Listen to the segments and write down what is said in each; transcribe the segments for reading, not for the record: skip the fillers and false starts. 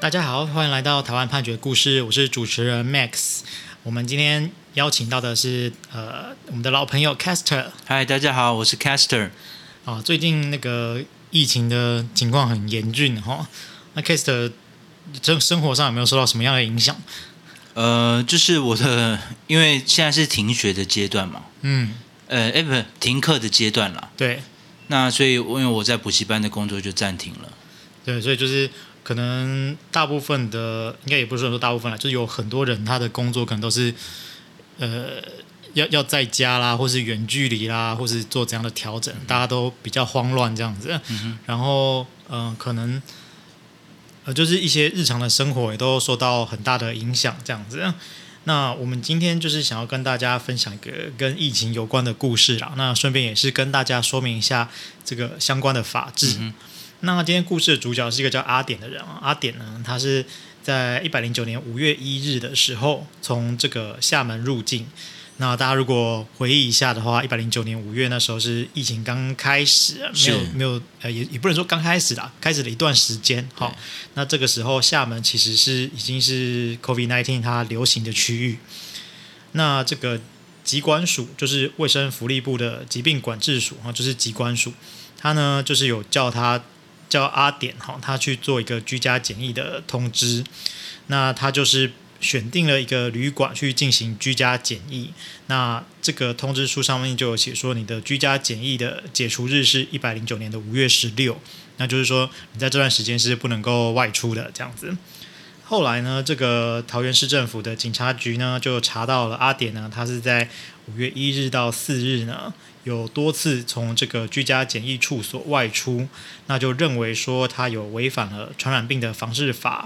大家好，欢迎来到台湾判决故事，我是主持人 Max。我们今天邀请到的是我们的老朋友 Caster。 嗨，大家好，我是 Caster。 最近那个疫情的情况很严峻哈，那 Caster 生活上有没有受到什么样的影响？ 就是因为现在是停学的阶段嘛，不，停课的阶段啦。 对， 那所以因为我在补习班的工作就暂停了。 对，所以就是可能大部分的，应该也不是说大部分啦，就是有很多人他的工作可能都是要在家啦，或是远距离啦，或是做怎样的调整，大家都比较慌乱这样子。然后可能就是一些日常的生活也都受到很大的影响这样子。那我们今天就是想要跟大家分享一个跟疫情有关的故事啦，那顺便也是跟大家说明一下这个相关的法制。那今天故事的主角是一个叫阿典的人啊。阿典呢，他是在109年5月1日的时候从这个厦门入境。那大家如果回忆一下的话，109年5月那时候是疫情刚开始，没有也不能说刚开始啦，开始了一段时间。好，那这个时候厦门其实已经是 COVID-19 它流行的区域。那这个疾管署就是卫生福利部的疾病管制署，就是疾管署，他呢就是有叫阿典他去做一个居家检疫的通知。那他就是选定了一个旅馆去进行居家检疫。那这个通知书上面就有写说，你的居家检疫的解除日是109年的5月16，那就是说你在这段时间是不能够外出的这样子。后来呢，这个桃园市政府的警察局呢就查到了阿典呢，他是在5月1日到4日呢有多次从这个居家检疫处所外出，那就认为说他有违反了传染病的防治法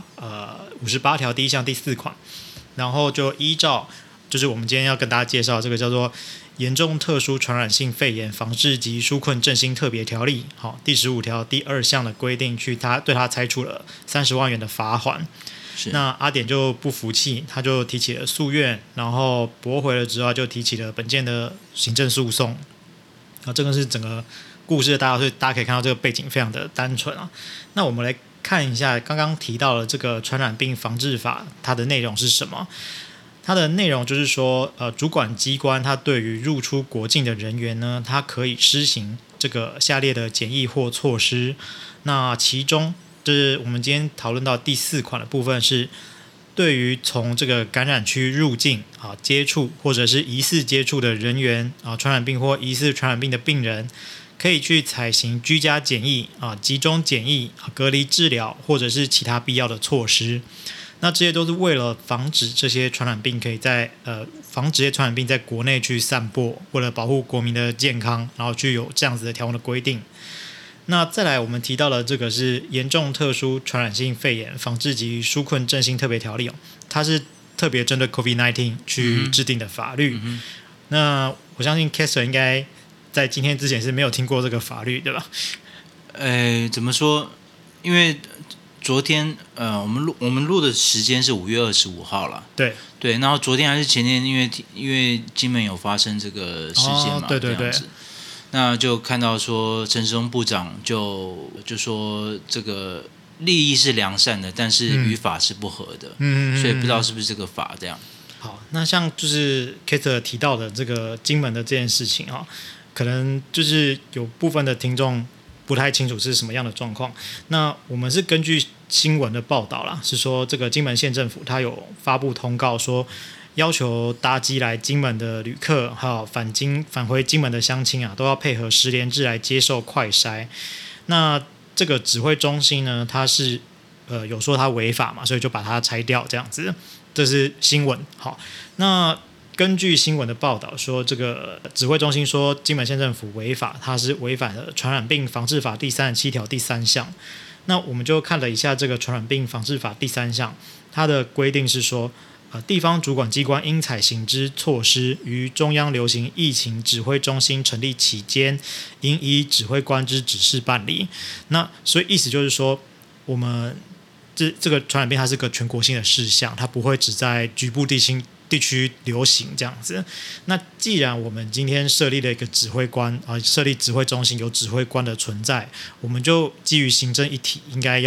58条第1项第4款，然后就依照就是我们今天要跟大家介绍这个叫做严重特殊传染性肺炎防治及纾困振兴特别条例第15条第2项的规定，对他裁处了30万元的罚款。那阿典就不服气，他就提起了诉愿，然后驳回了之后就提起了本件的行政诉讼。这个是整个故事的大家可以看到这个背景非常的单纯啊。那我们来看一下刚刚提到的这个传染病防治法，它的内容是什么？它的内容就是说，主管机关它对于入出国境的人员呢，它可以施行这个下列的检疫或措施。那其中就是我们今天讨论到第4款的部分是，对于从这个感染区入境接触或者是疑似接触的人员传染病或疑似传染病的病人，可以去采行居家检疫集中检疫隔离治疗或者是其他必要的措施。那这些都是为了防止这些传染病可以防止这些传染病在国内去散播，为了保护国民的健康，然后去有这样子的条文的规定。那再来我们提到的这个是严重特殊传染性肺炎防治及纾困振兴特别条例它是特别针对 COVID-19 去制定的法律。那我相信 Caster 应该在今天之前是没有听过这个法律，对吧？ 怎么说？因为昨天我们录的时间是5月25号了。对，然后昨天还是前天，因为金门有发生这个事件嘛， 对， 这样子。那就看到说陈时中部长就说这个利益是良善的，但是与法是不合的，所以不知道是不是这个法这样。 好，那像就是 Caster 提到的这个金门的这件事情可能就是有部分的听众不太清楚是什么样的状况。那我们是根据新闻的报道啦，是说这个金门县政府他有发布通告说，要求搭机来金门的旅客还有返回金门的乡亲都要配合10连制来接受快筛。那这个指挥中心呢，它是有说它违法嘛，所以就把它拆掉这样子。这是新闻。好，那根据新闻的报道说，这个指挥中心说金门县政府违法，它是违反了传染病防治法第37条第3项。那我们就看了一下这个传染病防治法第3项，它的规定是说，地方主管机关应采行之措施，于中央流行疫情指挥中心成立期间，应依指挥官之指示办理。那所以意思就是说，我们这个传染病它是个全国性的事项，它不会只在局部地区流行这样子。那既然我们今天设立了一个指挥官设立指挥中心，有指挥官的存在，我们就基于行政一体，应该要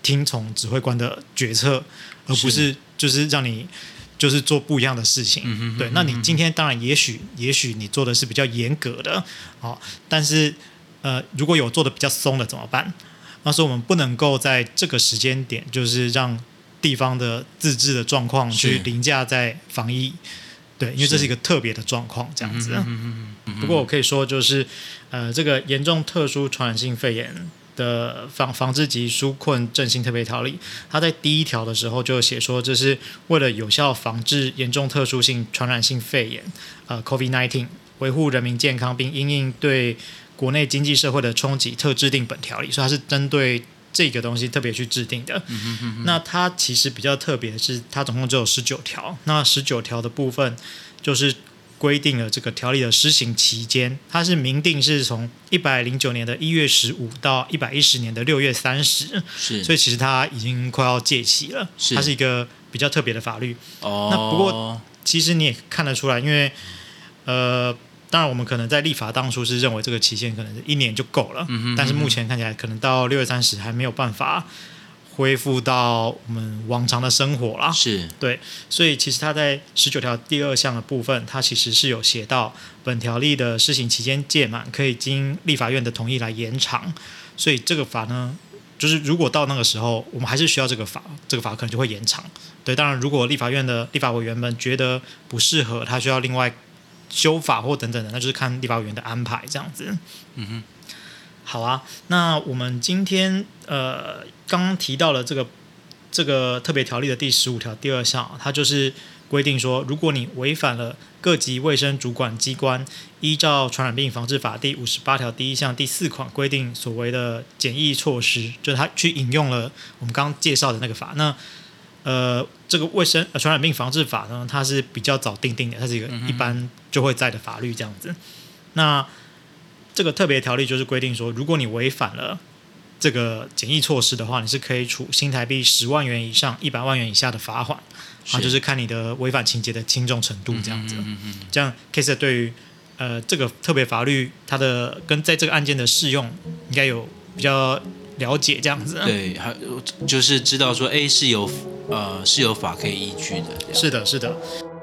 听从指挥官的决策，而不是就是让你就是做不一样的事情。对，那你今天当然也许你做的是比较严格的，但是如果有做的比较松的怎么办？那所以我们不能够在这个时间点就是让地方的自治的状况去凌驾在防疫。对，因为这是一个特别的状况，这样子。不过我可以说，就是这个严重特殊传染性肺炎的防治及纾困振兴特别条例，它在第1条的时候就写说，这是为了有效防治严重特殊性传染性肺炎COVID-19， 维护人民健康，并因应对国内经济社会的冲击，特制定本条例。所以它是针对这个东西特别去制定的。那它其实比较特别的是，它总共只有19条。那19条的部分就是规定了这个条例的施行期间，它是明定是从109年的1月15到110年的6月30，所以其实它已经快要届期了。它是一个比较特别的法律。那不过其实你也看得出来，因为当然我们可能在立法当初是认为这个期限可能是1年就够了，但是目前看起来可能到6月30还没有办法恢复到我们往常的生活啦。对，所以其实它在19条第2项的部分，它其实是有写到本条例的施行期间届满，可以经立法院的同意来延长。所以这个法呢，就是如果到那个时候我们还是需要这个法可能就会延长。对，当然如果立法院的立法委员们觉得不适合，他需要另外修法或等等的，那就是看立法委员的安排这样子。好啊，那我们今天刚刚提到了这个特别条例的第15条第2项，它就是规定说，如果你违反了各级卫生主管机关依照传染病防治法第58条第1项第4款规定所谓的检疫措施，就是他去引用了我们刚刚介绍的那个法。那这个传染病防治法呢，它是比较早订定的，它是一个一般就会在的法律这样子。那这个特别条例就是规定说，如果你违反了这个检疫措施的话，你是可以处新台币10万元以上100万元以下的罚款，就是看你的违反情节的轻重程度这样子。这样 case 对于这个特别法律它的跟在这个案件的适用应该有比较了解这样子。 对，就是知道说是有法可以依据的。 是的，是的。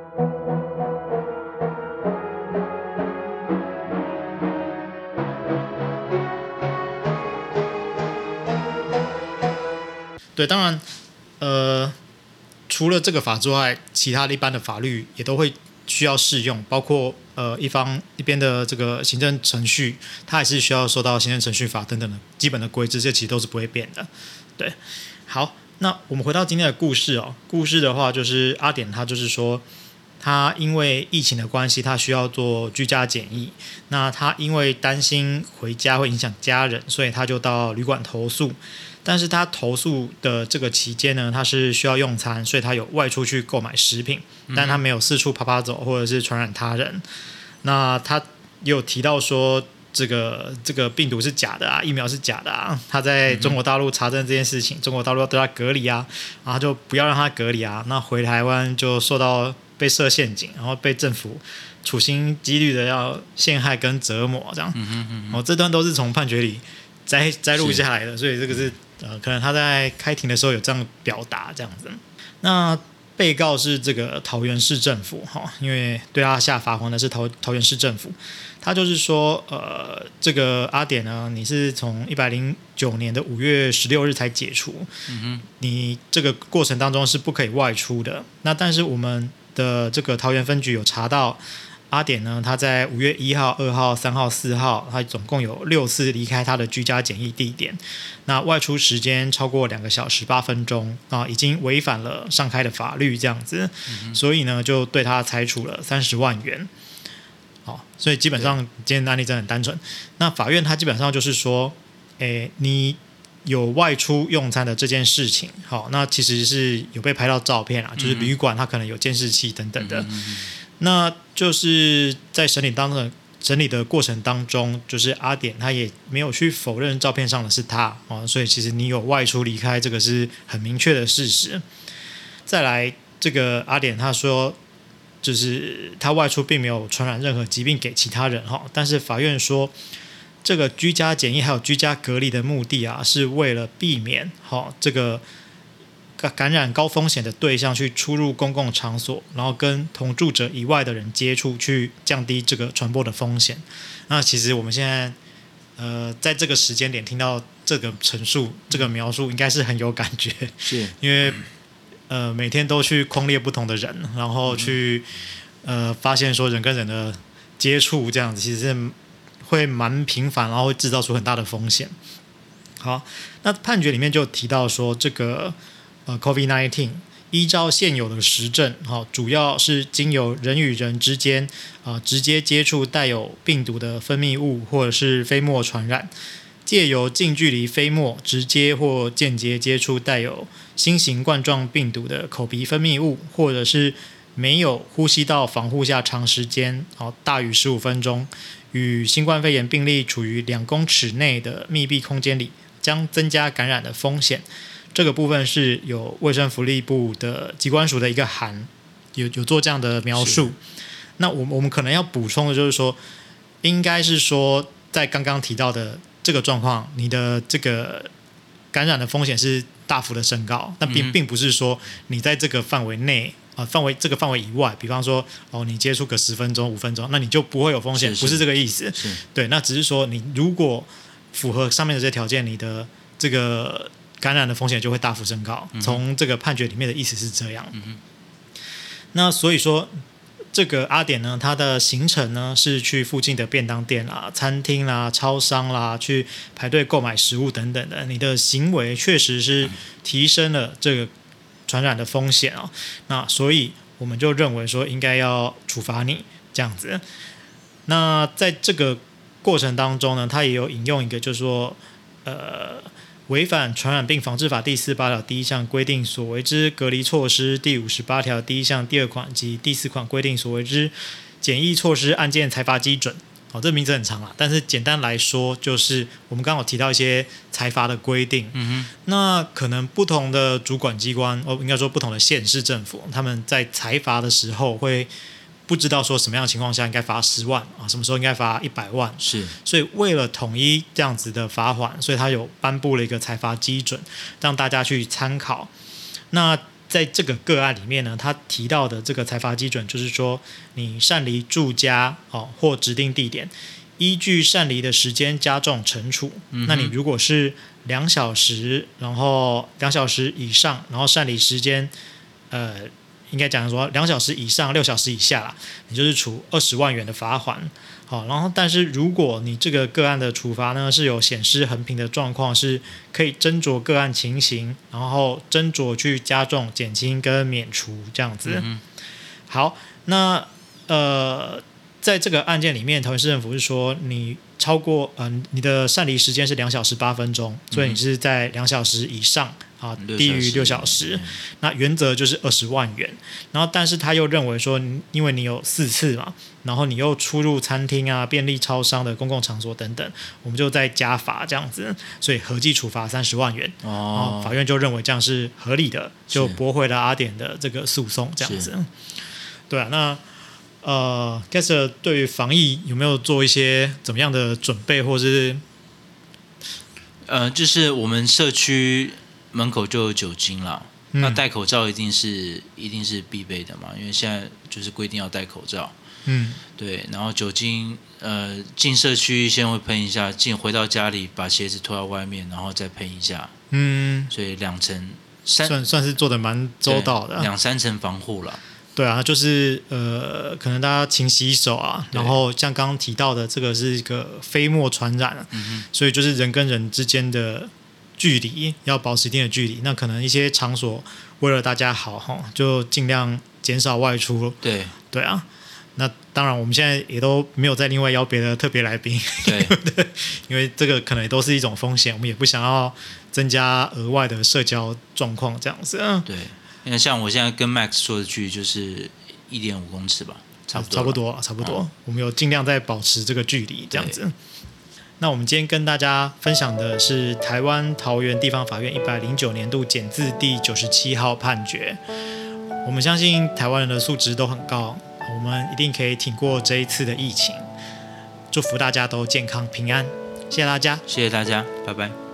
对，当然，除了这个法之外，其他的一般的法律也都会需要适用，包括一边的这个行政程序，它还是需要受到行政程序法等等的基本的规制，这其实都是不会变的。对，好，那我们回到今天的故事哦。故事的话，就是阿典他就是说，他因为疫情的关系，他需要做居家检疫。那他因为担心回家会影响家人，所以他就到旅馆投诉。但是他投诉的这个期间呢，他是需要用餐，所以他有外出去购买食品，但他没有四处跑走或者是传染他人。那他也有提到说，这个病毒是假的啊，疫苗是假的啊。他在中国大陆查证这件事情，中国大陆要对他隔离啊，然后就不要让他隔离啊。那回台湾就被设陷阱，然后被政府处心积虑的要陷害跟折磨这样。这段都是从判决里摘录下来的，所以这个是可能他在开庭的时候有这样表达这样子。那被告是这个桃园市政府，因为对他下罚款的是桃园市政府。他就是说，这个阿典呢，你是从109年的5月16日才解除，你这个过程当中是不可以外出的。那但是我们的这个桃园分局有查到，阿典呢，他在5月1号、2号、3号、4号，他总共有6次离开他的居家检疫地点。那外出时间超过2个小时8分钟啊，已经违反了上开的法律这样子，所以呢，就对他裁处了30万元。好，所以基本上今天的案例真的很单纯。那法院他基本上就是说，你有外出用餐的这件事情，好，那其实是有被拍到照片啊，就是旅馆他可能有监视器等等的。那就是在审理的过程当中，就是阿典他也没有去否认照片上的是他，所以其实你有外出离开，这个是很明确的事实。再来，这个阿典他说，就是他外出并没有传染任何疾病给其他人，但是法院说这个居家检疫还有居家隔离的目的啊，是为了避免这个感染高风险的对象去出入公共场所，然后跟同住者以外的人接触，去降低这个传播的风险。那其实我们现在在这个时间点听到这个陈述、这个描述，应该是很有感觉， 是因为每天都去匡列不同的人，然后去发现说人跟人的接触这样子，其实是会蛮频繁，然后会制造出很大的风险。好，那判决里面就提到说，这个COVID-19 依照现有的实证，主要是经由人与人之间直接接触带有病毒的分泌物或者是飞沫传染，借由近距离飞沫直接或间接接触带有新型冠状病毒的口鼻分泌物，或者是没有呼吸道防护下长时间大于15分钟，与新冠肺炎病例处于2公尺内的密闭空间里，将增加感染的风险。这个部分是有卫生福利部的疾管署的一个函有做这样的描述。那我们可能要补充的就是说，应该是说在刚刚提到的这个状况，你的这个感染的风险是大幅的升高，但并不是说你在这个范围内这个范围以外，比方说你接触个10分钟5分钟，那你就不会有风险，不是这个意思。对，那只是说你如果符合上面的这些条件，你的这个感染的风险就会大幅升高。从这个判决里面的意思是这样。那所以说这个阿典呢，他的行程呢是去附近的便当店啦、餐厅啦、超商啦，去排队购买食物等等的。你的行为确实是提升了这个传染的风险哦。那所以我们就认为说应该要处罚你这样子。那在这个过程当中呢，他也有引用一个就是说违反传染病防治法第48条第1项规定所为之隔离措施，第58条第1项第2款及第4款规定所为之检疫措施案件裁罚基准。这名字很长啦，但是简单来说就是我们刚好提到一些裁罚的规定。那可能不同的主管机关，应该说不同的县市政府，他们在裁罚的时候会不知道说什么样的情况下应该罚10万什么时候应该罚100万， 是， 所以为了统一这样子的罚款，所以他有颁布了一个裁罚基准，让大家去参考。那在这个个案里面呢，他提到的这个裁罚基准就是说，你擅离住家或指定地点，依据擅离的时间加重惩处。那你如果是2小时，然后2小时以上，然后擅离时间应该讲说2小时以上6小时以下啦，你就是处20万元的罚款。好，然后但是如果你这个个案的处罚呢是有显失衡平的状况，是可以斟酌个案情形，然后斟酌去加重、减轻跟免除这样子。好，那在这个案件里面，桃园市政府是说你超过你的擅离时间是2小时8分钟，所以你是在2小时以上低于6小时，那原则就是20万元。然后但是他又认为说，因为你有4次嘛，然后你又出入餐厅啊、便利超商的公共场所等等，我们就再加罚这样子，所以合计处罚30万元。法院就认为这样是合理的，就驳回了阿典的这个诉讼这样子。对啊，那Kester 对于防疫有没有做一些怎么样的准备，或是就是我们社区门口就有酒精啦，那戴口罩一定是必备的嘛，因为现在就是规定要戴口罩。对，然后酒精进社区先会喷一下，回到家里把鞋子脱到外面，然后再喷一下。所以2层算是做的蛮周到的 ，2-3层防护了。 对啊，就是可能大家勤洗手啊，然后像刚刚提到的，这个是一个飞沫传染所以就是人跟人之间的距离要保持一定的距离。那可能一些场所为了大家好就尽量减少外出。对啊，那当然我们现在也都没有再另外邀别的特别来宾，对因为这个可能也都是一种风险，我们也不想要增加额外的社交状况这样子。对。 因为像我现在跟 Max 说的距离就是1.5公尺吧，差不多。 我们有尽量在保持这个距离这样子。那我们今天跟大家分享的是台湾桃园地方法院109年度检字第97号判决。我们相信台湾人的素质都很高，我们一定可以挺过这一次的疫情。祝福大家都健康平安。 谢谢大家， 谢谢大家，拜拜。